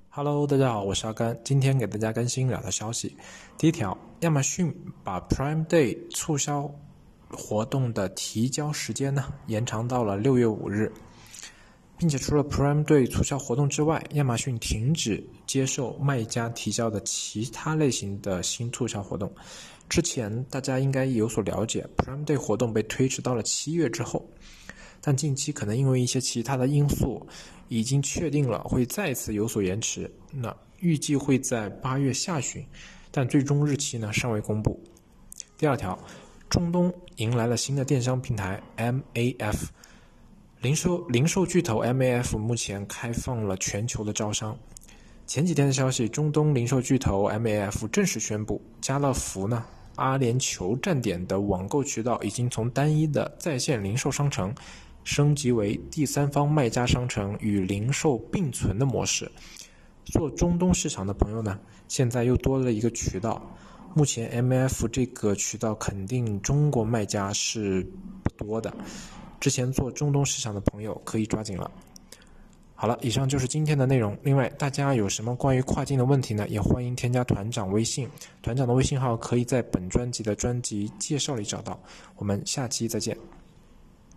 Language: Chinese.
Hello，大家好，我是阿甘，今天给大家更新两条消息。第一条，亚马逊把 Prime Day 促销活动的提交时间延长到了6月5日，并且除了 Prime Day 促销活动之外，亚马逊停止接受卖家提交的其他类型的新促销活动。之前大家应该有所了解， Prime Day 活动被推迟到了7月之后，但近期可能因为一些其他的因素已经确定了会再次有所延迟，那预计会在8月下旬，但最终日期尚未公布。第二条，中东迎来了新的电商平台 MAF， 零售巨头 MAF 目前开放了全球的招商。前几天的消息，中东零售巨头 MAF 正式宣布，家乐福阿联酋站点的网购渠道已经从单一的在线零售商城升级为第三方卖家商城与零售并存的模式。做中东市场的朋友现在又多了一个渠道。目前 MAF 这个渠道肯定中国卖家是不多的，之前做中东市场的朋友可以抓紧了。好了，以上就是今天的内容。另外，大家有什么关于跨境的问题也欢迎添加团长微信，团长的微信号可以在本专辑的专辑介绍里找到。我们下期再见。